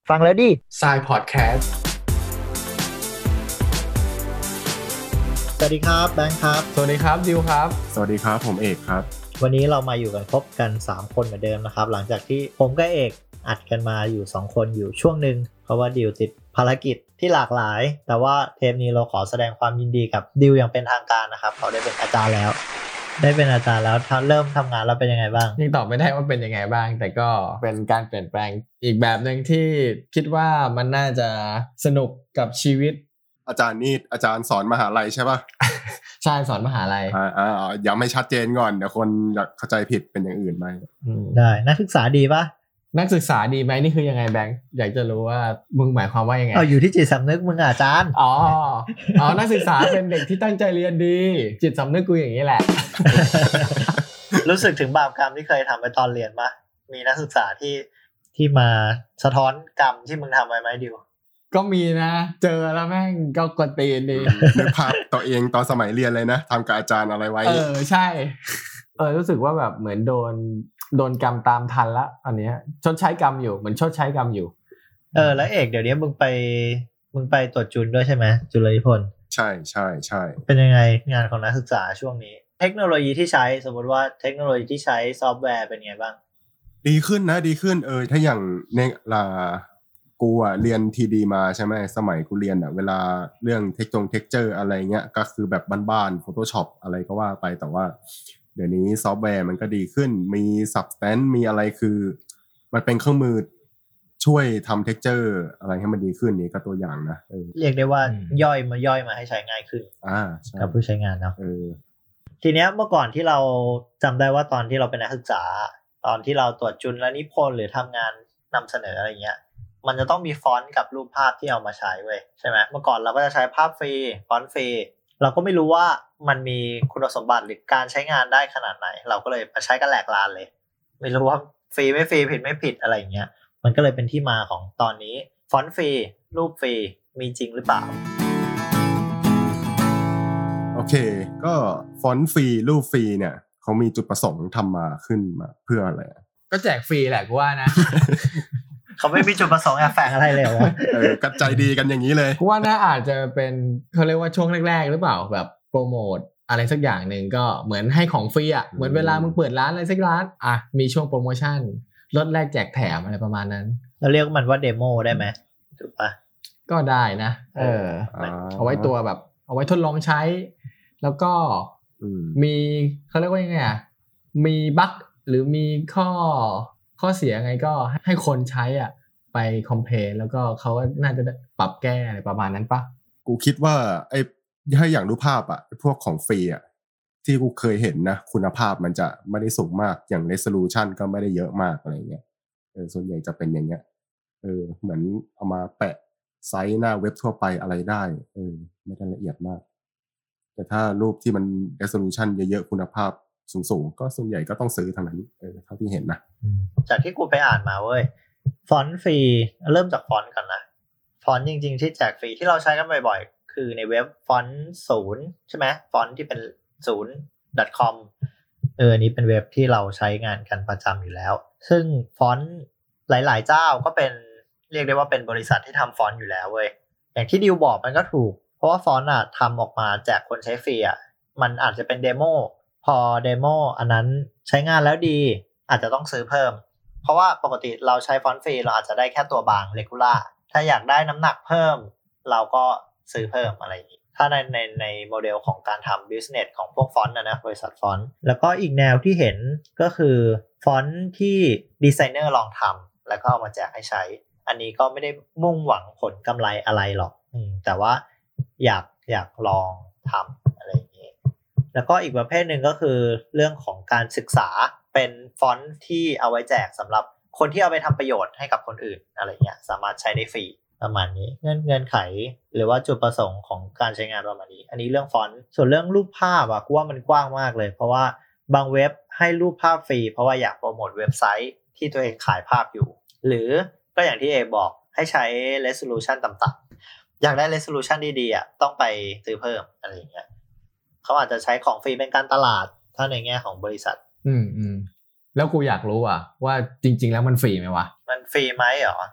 ฟังแล้วดิทรายพอดแคสต์สวัสดีครับแบงค์ครับสวัสดีครับดิวครับสวัสดีครับผมเอกครับวันนี้เรามาอยู่กันครบกัน3คนเหมือนเดิมนะครับหลังจากที่ผมกับเอกอัดกันมาอยู่2คนอยู่ช่วงนึงเพราะว่าดิวติดภารกิจที่หลากหลายแต่ว่าเทปนี้เราขอแสดงความยินดีกับดิวอย่างเป็นทางการนะครับเขาได้เป็นอาจารย์แล้วเริ่มทำงานแล้วเป็นยังไงบ้างยังตอบไม่ได้ว่าเป็นยังไงบ้างแต่ก็เป็นการเปลี่ยนแปลงอีกแบบนึงที่คิดว่ามันน่าจะสนุกกับชีวิตอาจารย์นี่อาจารย์สอนมหาลัยใช่ป่ะใช่สอนมหาลัยยังไม่ชัดเจนก่อนเดี๋ยวคนอยากเข้าใจผิดเป็นอย่างอื่นไหมได้นักศึกษาดีป่ะนักศึกษาดีไหมนี่คือยังไงแบงค์อยากจะรู้ว่ามึงหมายความว่ายังไงอยู่ที่จิตสำนึกมึงอาจารย์นักศึกษาเป็นเด็กที่ตั้งใจเรียนดีจิตสำนึกกูอย่างนี้แหละรู้สึกถึงบาปกรรมที่เคยทำไปตอนเรียนป่ะมีนักศึกษาที่มาสะท้อนกรรมที่มึงทำไว้ไหมดิวก็มีนะเจอแล้วแม่งก็กวนตีนดีนึกภาพตัวเองตอนสมัยเรียนเลยนะทำกับอาจารย์อะไรไว้ใช่รู้สึกว่าแบบเหมือนโดนกรรมตามทันละอันนี้ชดใช้กรรมอยู่เหมือนชดใช้กรรมอยู่แล้วเอกเดี๋ยวนี้มึงไปตรวจจุลด้วยใช่ไหมจุลนิพนธ์ใช่ใช่ใช่เป็นยังไงงานของนักศึกษาช่วงนี้เทคโนโลยีที่ใช้สมมติว่าเทคโนโลยีที่ใช้ซอฟต์แวร์เป็นไงบ้างดีขึ้นนะดีขึ้นถ้าอย่างเนี่ยกูเรียนทีดีมาใช่ไหมสมัยกูเรียนเวลาเรื่องเทคเจอร์อะไรเงี้ยก็คือแบบบ้านๆ Photoshop อะไรก็ว่าไปแต่ว่าเดี๋ยวนี้ซอฟต์แวร์มันก็ดีขึ้นมี Substance มีอะไรคือมันเป็นเครื่องมือช่วยทำ texture อะไรให้มันดีขึ้นนี่ก็ตัวอย่างนะเรียกได้ว่าย่อยมาให้ใช้ง่ายขึ้นกับผู้ใช้งานเนาะทีเนี้ยเมื่อก่อนที่เราจำได้ว่าตอนที่เราเป็นนักศึกษาตอนที่เราตรวจจุลนิพนธ์หรือทำงานนำเสนออะไรเงี้ยมันจะต้องมีฟอนต์กับรูปภาพที่เอามาใช้เว้ยใช่ไหมเมื่อก่อนเราก็จะใช้ภาพฟรีฟอนต์ฟรีเราก็ไม่รู้ว่ามันมีคุณสมบัติหรือการใช้งานได้ขนาดไหนเราก็เลยมาใช้กันแหลกลานเลยไม่รู้ว่าฟรีไม่ฟรีผิดไม่ผิดอะไรอย่างเงี้ยมันก็เลยเป็นที่มาของตอนนี้ฟอนต์ฟรีรูปฟรีมีจริงหรือเปล่าโอเคก็ฟอนต์ฟรีรูปฟรีเนี่ยเขามีจุดประสงค์ทำมาขึ้นมาเพื่ออะไรก็แจกฟรีแหละกูว่านะเขาไม่มีจุดประสงค์แอบแฝงอะไรเลยวะกระจายดีกันอย่างนี้เลยกูว่าน่าอาจจะเป็นเขาเรียกว่าช่วงแรกๆหรือเปล่าแบบโปรโมทอะไรสักอย่างนึงก็เหมือนให้ของฟรีเหมือนเวลามึงเปิดร้านอะไรสักร้านมีช่วงโปรโมชั่นลดแลกแจกแถมอะไรประมาณนั้นเราเรียกมันว่าเดโมได้ไหมถูกปะก็ได้นะเอาไว้ตัวแบบเอาไว้ทดลองใช้แล้วก็มีเขาเรียกว่ายังไงมีบั๊กหรือมีข้อเสียไงก็ให้คนใช้ไปคอมเพลนแล้วก็เขาก็น่าจะปรับแก้อะไรประมาณนั้นปะกูคิดว่าถ้าอย่างรูปภาพพวกของฟรีที่กูเคยเห็นนะคุณภาพมันจะไม่ได้สูงมากอย่าง resolution ก็ไม่ได้เยอะมากอะไรเงี้ยส่วนใหญ่จะเป็นอย่างเงี้ยเหมือนเอามาแปะไซต์หน้าเว็บทั่วไปอะไรได้ไม่ได้ละเอียดมากแต่ถ้ารูปที่มัน resolution เยอะๆคุณภาพสูงๆก็ส่วนใหญ่ก็ต้องซื้อทางนั้นเท่าที่เห็นนะจากที่กูไปอ่านมาเว้ยฟอนต์ฟรีเริ่มจากฟอนต์กันนะฟอนต์จริงๆที่แจกฟรีที่เราใช้กันบ่อยๆคือในเว็บฟอนต์0ใช่ไหมฟอนต์ที่เป็น0.com อันนี้เป็นเว็บที่เราใช้งานกันประจำอยู่แล้วซึ่งฟอนต์หลายๆเจ้าก็เป็นเรียกได้ว่าเป็นบริษัทที่ทำฟอนต์อยู่แล้วเว้ยอย่างที่ดิวบอกมันก็ถูกเพราะว่าฟอนต์ทำออกมาแจกคนใช้ฟรีมันอาจจะเป็นเดโมพอเดโมอันนั้นใช้งานแล้วดีอาจจะต้องซื้อเพิ่มเพราะว่าปกติเราใช้ฟอนต์ฟรีเราอาจจะได้แค่ตัวบางเรกูล่าถ้าอยากได้น้ำหนักเพิ่มเราก็ซื้อเพิ่มอะไรอย่างนี้ถ้าในโมเดลของการทำ business ของพวกฟอนต์นะบริษัทฟอนต์แล้วก็อีกแนวที่เห็นก็คือฟอนต์ที่ดีไซเนอร์ลองทำแล้วก็เอามาแจกให้ใช้อันนี้ก็ไม่ได้มุ่งหวังผลกำไรอะไรหรอกแต่ว่าอยากลองทำอะไรอย่างนี้แล้วก็อีกประเภทหนึ่งก็คือเรื่องของการศึกษาเป็นฟอนต์ที่เอาไว้แจกสำหรับคนที่เอาไปทำประโยชน์ให้กับคนอื่นอะไรเงี้ยสามารถใช้ได้ฟรีประมาณนี้เงื่อนไขหรือว่าจุดประสงค์ของการใช้งานประมาณนี้อันนี้เรื่องฟอนต์ส่วนเรื่องรูปภาพกูว่ามันกว้างมากเลยเพราะว่าบางเว็บให้รูปภาพฟรีเพราะว่าอยากโปรโมทเว็บไซต์ที่ตัวเองขายภาพอยู่หรือก็อย่างที่เอกบอกให้ใช้ resolution ต่ำๆอยากได้ resolution ดีๆต้องไปซื้อเพิ่มอะไรอย่างเงี้ยเขาอาจจะใช้ของฟรีเป็นการตลาดถ้าในแง่ของบริษัทแล้วกูอยากรู้ว่าจริงๆแล้วมันฟรีไหมวะมันฟรีไหมหรอ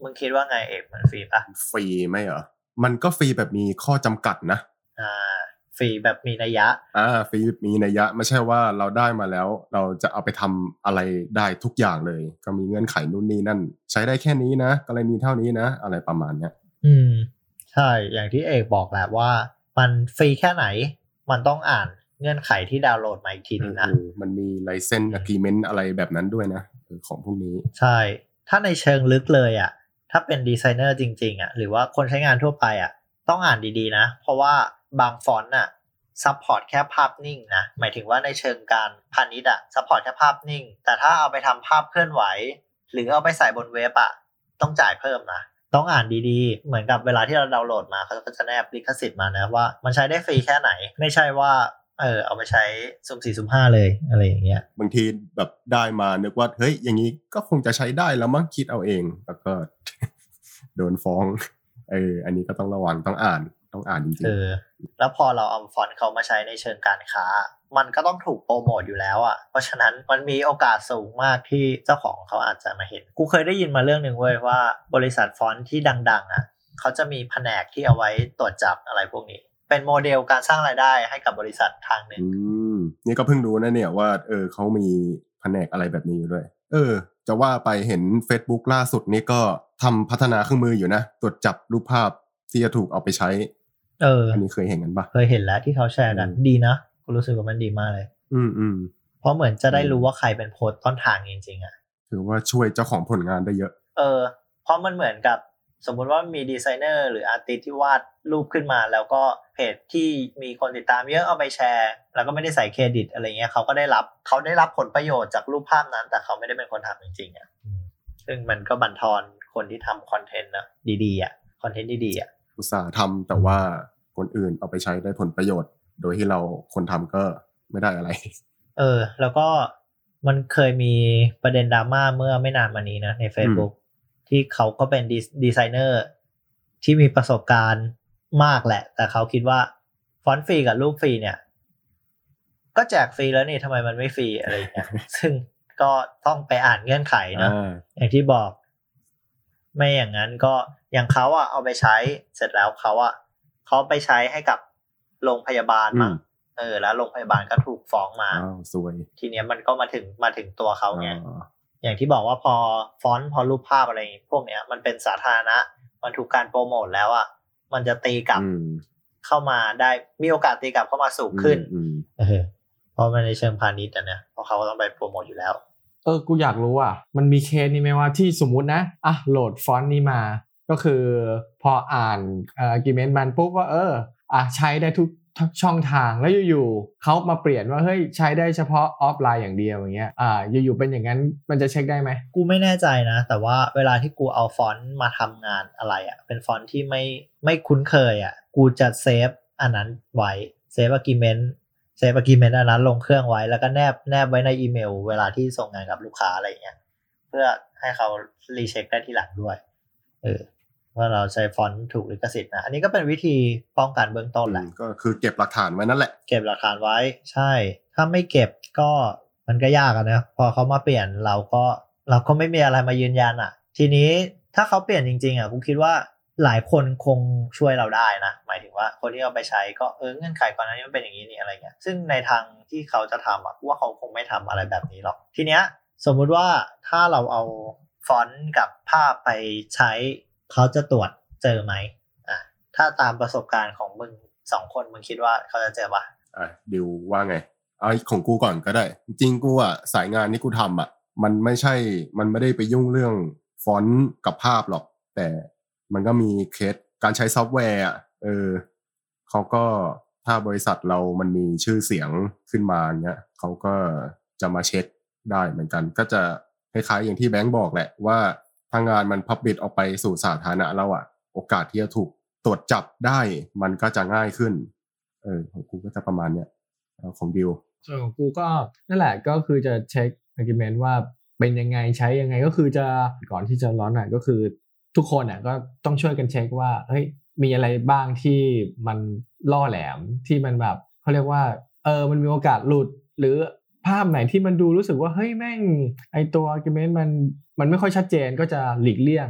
มึงคิดว่าไงเอกมันฟรีปะฟรีไหมเหรอมันก็ฟรีแบบมีข้อจำกัดนะฟรีแบบมีนัยยะฟรีมีนัยยะไม่ใช่ว่าเราได้มาแล้วเราจะเอาไปทำอะไรได้ทุกอย่างเลยก็มีเงื่อนไขนู่นนี่นั่นใช้ได้แค่นี้นะกรณีเท่านี้นะอะไรประมาณเนี้ยใช่อย่างที่เอกบอกแหละว่ามันฟรีแค่ไหนมันต้องอ่านเงื่อนไขที่ดาวน์โหลดมาอีกทีนึงนะมันมี license agreement อะไรแบบนั้นด้วยนะของพวกนี้ใช่ถ้าในเชิงลึกเลยอ่ะถ้าเป็นดีไซเนอร์จริงๆอ่ะหรือว่าคนใช้งานทั่วไปอ่ะต้องอ่านดีๆนะเพราะว่าบางฟอนต์น่ะซัพพอร์ตแค่ภาพนิ่งนะหมายถึงว่าในเชิงการพาณิชย์อ่ะซัพพอร์ตแค่ภาพนิ่งแต่ถ้าเอาไปทำภาพเคลื่อนไหวหรือเอาไปใส่บนเว็บอ่ะต้องจ่ายเพิ่มนะต้องอ่านดีๆเหมือนกับเวลาที่เราดาวน์โหลดมาเขาก็จะแนบลิขสิทธิ์มานะว่ามันใช้ได้ฟรีแค่ไหนไม่ใช่ว่าเอาไปใช้สุ่ม4สุ่ม5เลยอะไรอย่างเงี้ยบางทีแบบได้มานึกว่าเฮ้ยอย่างนี้ก็คงจะใช้ได้แล้วมั้งคิดเอาเองแล้วก็ โดนฟ้องอันนี้ก็ต้องระวังต้องอ่านจริงๆแล้วพอเราเอาฟอนต์เขามาใช้ในเชิงการค้ามันก็ต้องถูกโปรโมทอยู่แล้วอ่ะเพราะฉะนั้นมันมีโอกาสสูงมากที่เจ้าของเขาอาจจะมาเห็นกูเคยได้ยินมาเรื่องนึงเว้ยว่าบริษัทฟอนต์ที่ดังๆอ่ะเขาจะมีแผนกที่เอาไว้ตรวจจับอะไรพวกนี้เป็นโมเดลการสร้างรายได้ให้กับบริษัททางนึงนี่ก็เพิ่งรู้นะเนี่ยว่าเขามีแผนกอะไรแบบนี้อยู่ด้วยจะว่าไปเห็น Facebook ล่าสุดนี่ก็ทำพัฒนาเครื่องมืออยู่นะตรวจจับรูปภาพที่จะถูกเอาไปใช้อันนี้เคยเห็นกันปะเคยเห็นแล้วที่เขาแชร์กันดีนะกูรู้สึกว่ามันดีมากเลยเพราะเหมือนจะได้รู้ว่าใครเป็นโพสต์ต้นทางจริงๆอ่ะถือว่าช่วยเจ้าของผลงานได้เยอะเพราะมันเหมือนกับสมมุติว่ามีดีไซเนอร์หรืออาร์ติสต์ที่วาดรูปขึ้นมาแล้วก็เพจที่มีคนติดตามเยอะเอาไปแชร์แล้วก็ไม่ได้ใส่เครดิตอะไรเงี้ยเขาได้รับผลประโยชน์จากรูปภาพนั้นแต่เขาไม่ได้เป็นคนทำจริงๆอ่ะซึ่งมันก็บั่นทอนคนที่ทำคอนเทนต์นะดีๆอ่ะคอนเทนต์ดีๆอ่ะอุตส่าห์ทำแต่ว่าคนอื่นเอาไปใช้ได้ผลประโยชน์โดยที่เราคนทำก็ไม่ได้อะไรแล้วก็มันเคยมีประเด็นดราม่าเมื่อไม่นานมานี้นะใน Facebook ที่เขาก็เป็นดีไซเนอร์ที่มีประสบการณ์มากแหละแต่เขาคิดว่าฟอนต์ฟรีกับรูปฟรีเนี่ยก็แจกฟรีแล้วนี่ทำไมมันไม่ฟรีอะไรอย่างเงี้ย ซึ่งก็ต้องไปอ่านเงื่อนไขนะอย่างที่บอกไม่อย่างนั้นก็อย่างเขาเอาไปใช้เสร็จแล้วเขาไปใช้ให้กับโรงพยาบาลมั้งแล้วโรงพยาบาลก็ถูกฟ้องมาสวยทีเนี้ยมันก็มาถึงตัวเขาไงอย่างที่บอกว่าพอฟอนต์พอรูปภาพอะไรพวกเนี้ยมันเป็นสาธารณะมันถูกการโปรโมทแล้วมันจะตีกลับเข้ามาได้มีโอกาสตีกลับเข้ามาสูงขึ้นเพราะมันในเชิงพาณิชย์นะเพราะเขาต้องไปโปรโมทอยู่แล้วกูอยากรู้มันมีเคสนี้ไหมว่าที่สมมุตินะโหลดฟอนต์นี้มาก็คือพออ่านargument มันปุ๊บว่าใช้ได้ทุกช่องทางแล้วอยู่ๆเขามาเปลี่ยนว่าเฮ้ยใช้ได้เฉพาะออฟไลน์อย่างเดียวอย่างเงี้ยอยู่ๆเป็นอย่างนั้นมันจะเช็คได้ไหมกูไม่แน่ใจนะแต่ว่าเวลาที่กูเอาฟอนต์มาทำงานอะไรเป็นฟอนต์ที่ไม่คุ้นเคยกูจะเซฟอันนั้นไว้เซฟargument อันนั้นลงเครื่องไว้แล้วก็แนบไว้ในอีเมลเวลาที่ส่งงานกับลูกค้าอะไรอย่างเงี้ยเพื่อให้เขารีเช็คได้ทีหลังด้วยว่าเราใช้ฟอนต์ถูกลิขสิทธิ์นะอันนี้ก็เป็นวิธีป้องกันเบื้องต้นแหละก็คือเก็บหลักฐานไว้นั่นแหละเก็บหลักฐานไว้ใช่ถ้าไม่เก็บก็มันก็ยากนะพอเขามาเปลี่ยนเราก็ไม่มีอะไรมายืนยันทีนี้ถ้าเขาเปลี่ยนจริงๆกูคิดว่าหลายคนคงช่วยเราได้นะหมายถึงว่าคนที่เอาไปใช้ก็เงื่อนไขก่อนหน้านี้มันเป็นอย่างนี้นี่อะไรเงี้ยซึ่งในทางที่เขาจะทำว่าเขาคงไม่ทำอะไรแบบนี้หรอกทีเนี้ยสมมุติว่าถ้าเราเอาฟอนต์กับภาพไปใช้เขาจะตรวจเจอไหมถ้าตามประสบการณ์ของมึง2คนมึงคิดว่าเขาจะเจอปะดิวว่าไงเอาของกูก่อนก็ได้จริงกูสายงานที่กูทำมันไม่ได้ไปยุ่งเรื่องฟอนต์กับภาพหรอกแต่มันก็มีเคสการใช้ซอฟต์แวร์เขาก็ถ้าบริษัทเรามันมีชื่อเสียงขึ้นมาเงี้ยเขาก็จะมาเช็คได้เหมือนกันก็จะคล้ายๆอย่างที่แบงค์บอกแหละว่าถ้างานมันพับลิชออกไปสู่สาธารณะแล้วโอกาสที่จะถูกตรวจจับได้มันก็จะง่ายขึ้นของกูก็จะประมาณเนี้ยของดิวของกูก็นั่นแหละก็คือจะเช็ค argument ว่าเป็นยังไงใช้ยังไงก็คือจะก่อนที่จะร้อนก็คือทุกคนก็ต้องช่วยกันเช็คว่าเฮ้ยมีอะไรบ้างที่มันล่อแหลมที่มันแบบเขาเรียกว่ามันมีโอกาสหลุดหรือภาพไหนที่มันดูรู้สึกว่าเฮ้ยแม่งไอตัว argument มันไม่ค่อยชัดเจนก็จะหลีกเลี่ยง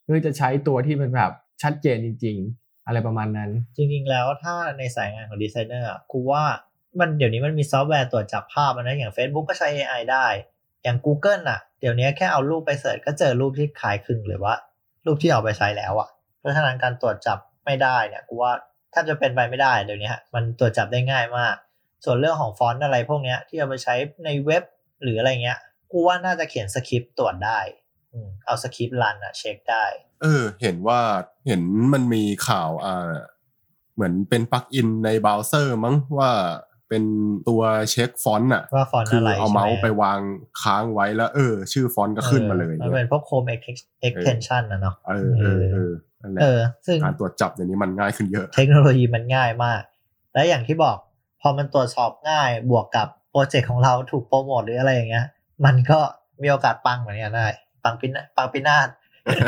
เพื่อจะใช้ตัวที่มันแบบชัดเจนจริงๆอะไรประมาณนั้นจริงๆแล้วถ้าในสายงานของดีไซเนอร์กูว่ามันเดี๋ยวนี้มันมีซอฟต์แวร์ตรวจจับภาพนะอย่าง Facebook ก็ใช้ AI ได้อย่าง Google น่ะเดี๋ยวนี้แค่เอารูปไปเสิร์ชก็เจอรูปที่คล้ายคลึงหรือว่ารูปที่เอาไปใช้แล้วอ่ะเพราะฉะนั้นการตรวจจับไม่ได้เนี่ยกูว่าแทบจะเป็นไปไม่ได้เดี๋ยวนี้มันตรวจจับได้ง่ายมากส่วนเรื่องของฟอนต์อะไรพวกเนี้ยที่เอาไปใช้ในเว็บหรืออะไรเงี้ยกูว่าน่าจะเขียนสคริปต์ตรวจได้เอาสคริปต์รันอ่ะเช็คได้เห็นมันมีข่าวเหมือนเป็นปลั๊กอินในเบราว์เซอร์มั้งว่าเป็นตัวเช็คฟอนต์อ่ะว่าฟอนต์อะไรคือเอาเมาส์ไปวางค้างไว้แล้วชื่อฟอนต์ก็ขึ้นมาเลยมันเป็นพวก Chrome extension นะเนาะซึ่งการตรวจจับอย่างนี้มันง่ายขึ้นเยอะเทคโนโลยีมันง่ายมากและอย่างที่บอกพอมันตรวจสอบง่ายบวกกับโปรเจกต์ของเราถูกโปรโมทหรืออะไรอย่างเงี้ยมันก็มีโอกาสปังเหมือนกันได้ปังปินาศ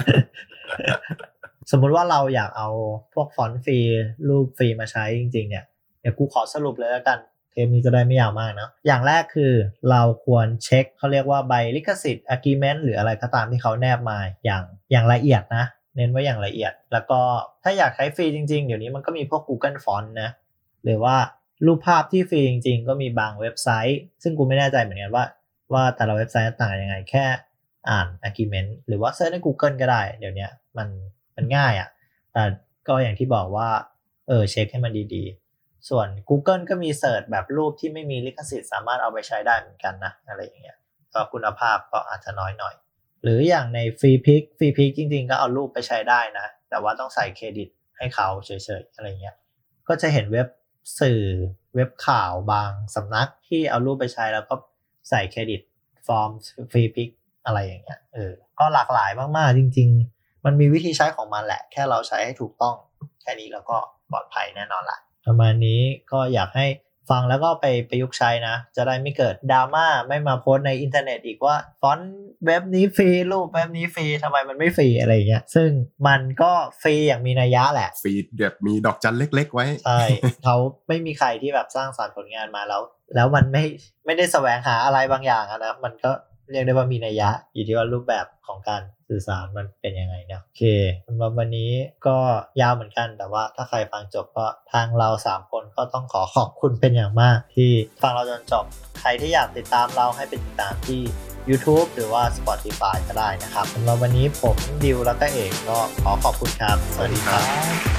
สมมุติว่าเราอยากเอาพวกฟอนต์ฟรีรูปฟรีมาใช้จริงๆเนี่ยเดี๋ยวกูขอสรุปเลยแล้วกันเทปนี้จะได้ไม่ยาวมากเนาะอย่างแรกคือเราควรเช็คเขาเรียกว่าใบลิขสิทธิ์ agreement หรืออะไรก็ตามที่เขาแนบมาอย่างละเอียดนะเน้นไว้อย่างละเอียดแล้วก็ถ้าอยากใช้ฟรีจริงๆเดี๋ยวนี้มันก็มีพวก Google Font นะหรือว่ารูปภาพที่ฟรีจริงๆก็มีบางเว็บไซต์ซึ่งกูไม่แน่ใจเหมือนกันว่าแต่ละเว็บไซต์ต่างยังไงแค่อ่าน agreement หรือว่าเซิร์ชใน Google ก็ได้เดี๋ยวนี้มันง่ายอ่ะแต่ก็อย่างที่บอกว่าเช็คให้มันดีๆส่วน Google ก็มีเสิร์ชแบบรูปที่ไม่มีลิขสิทธิ์สามารถเอาไปใช้ได้เหมือนกันนะอะไรอย่างเงี้ยก็คุณภาพก็อาจจะน้อยหน่อยหรืออย่างในฟรีพิกจริงๆก็เอารูปไปใช้ได้นะแต่ว่าต้องใส่เครดิตให้เขาเฉยๆอะไรเงี้ยก็จะเห็นเว็บสื่อเว็บข่าวบางสำนักที่เอารูปไปใช้แล้วก็ใส่เครดิตฟอร์มฟรีพิกอะไรอย่างเงี้ยก็หลากหลายมากๆจริงๆมันมีวิธีใช้ของมันแหละแค่เราใช้ให้ถูกต้องแค่นี้แล้วก็ปลอดภัยแน่นอนละประมาณนี้ก็อยากให้ฟังแล้วก็ไปประยุกต์ใช้นะจะได้ไม่เกิดดราม่าไม่มาโพสในอินเทอร์เน็ตอีกว่าฟอนต์เว็บนี้ฟรีรูปเว็บนี้ฟรีทำไมมันไม่ฟรีอะไรอย่างเงี้ยซึ่งมันก็ฟรีอย่างมีนัยยะแหละฟรีแบบมีดอกจันเล็กๆไว้ใช่เขาไม่มีใครที่แบบสร้างสรรค์ผลงานมาแล้วมันไม่ได้แสวงหาอะไรบางอย่างนะมันก็เรียกได้ว่ามีนัยยะอยู่ที่ว่ารูปแบบของการสื่อสารมันเป็นยังไงนะโอเคสำหรับวันนี้ก็ยาวเหมือนกันแต่ว่าถ้าใครฟังจบก็ทางเรา3คนก็ต้องขอบคุณเป็นอย่างมากที่ฟังเราจนจบใครที่อยากติดตามเราให้ไปติดตามที่ YouTube หรือว่า Spotify ก็ได้นะครับสำหรับวันนี้ผมดิวแล้วก็เอกก็ขอบคุณครับสวัสดีครับ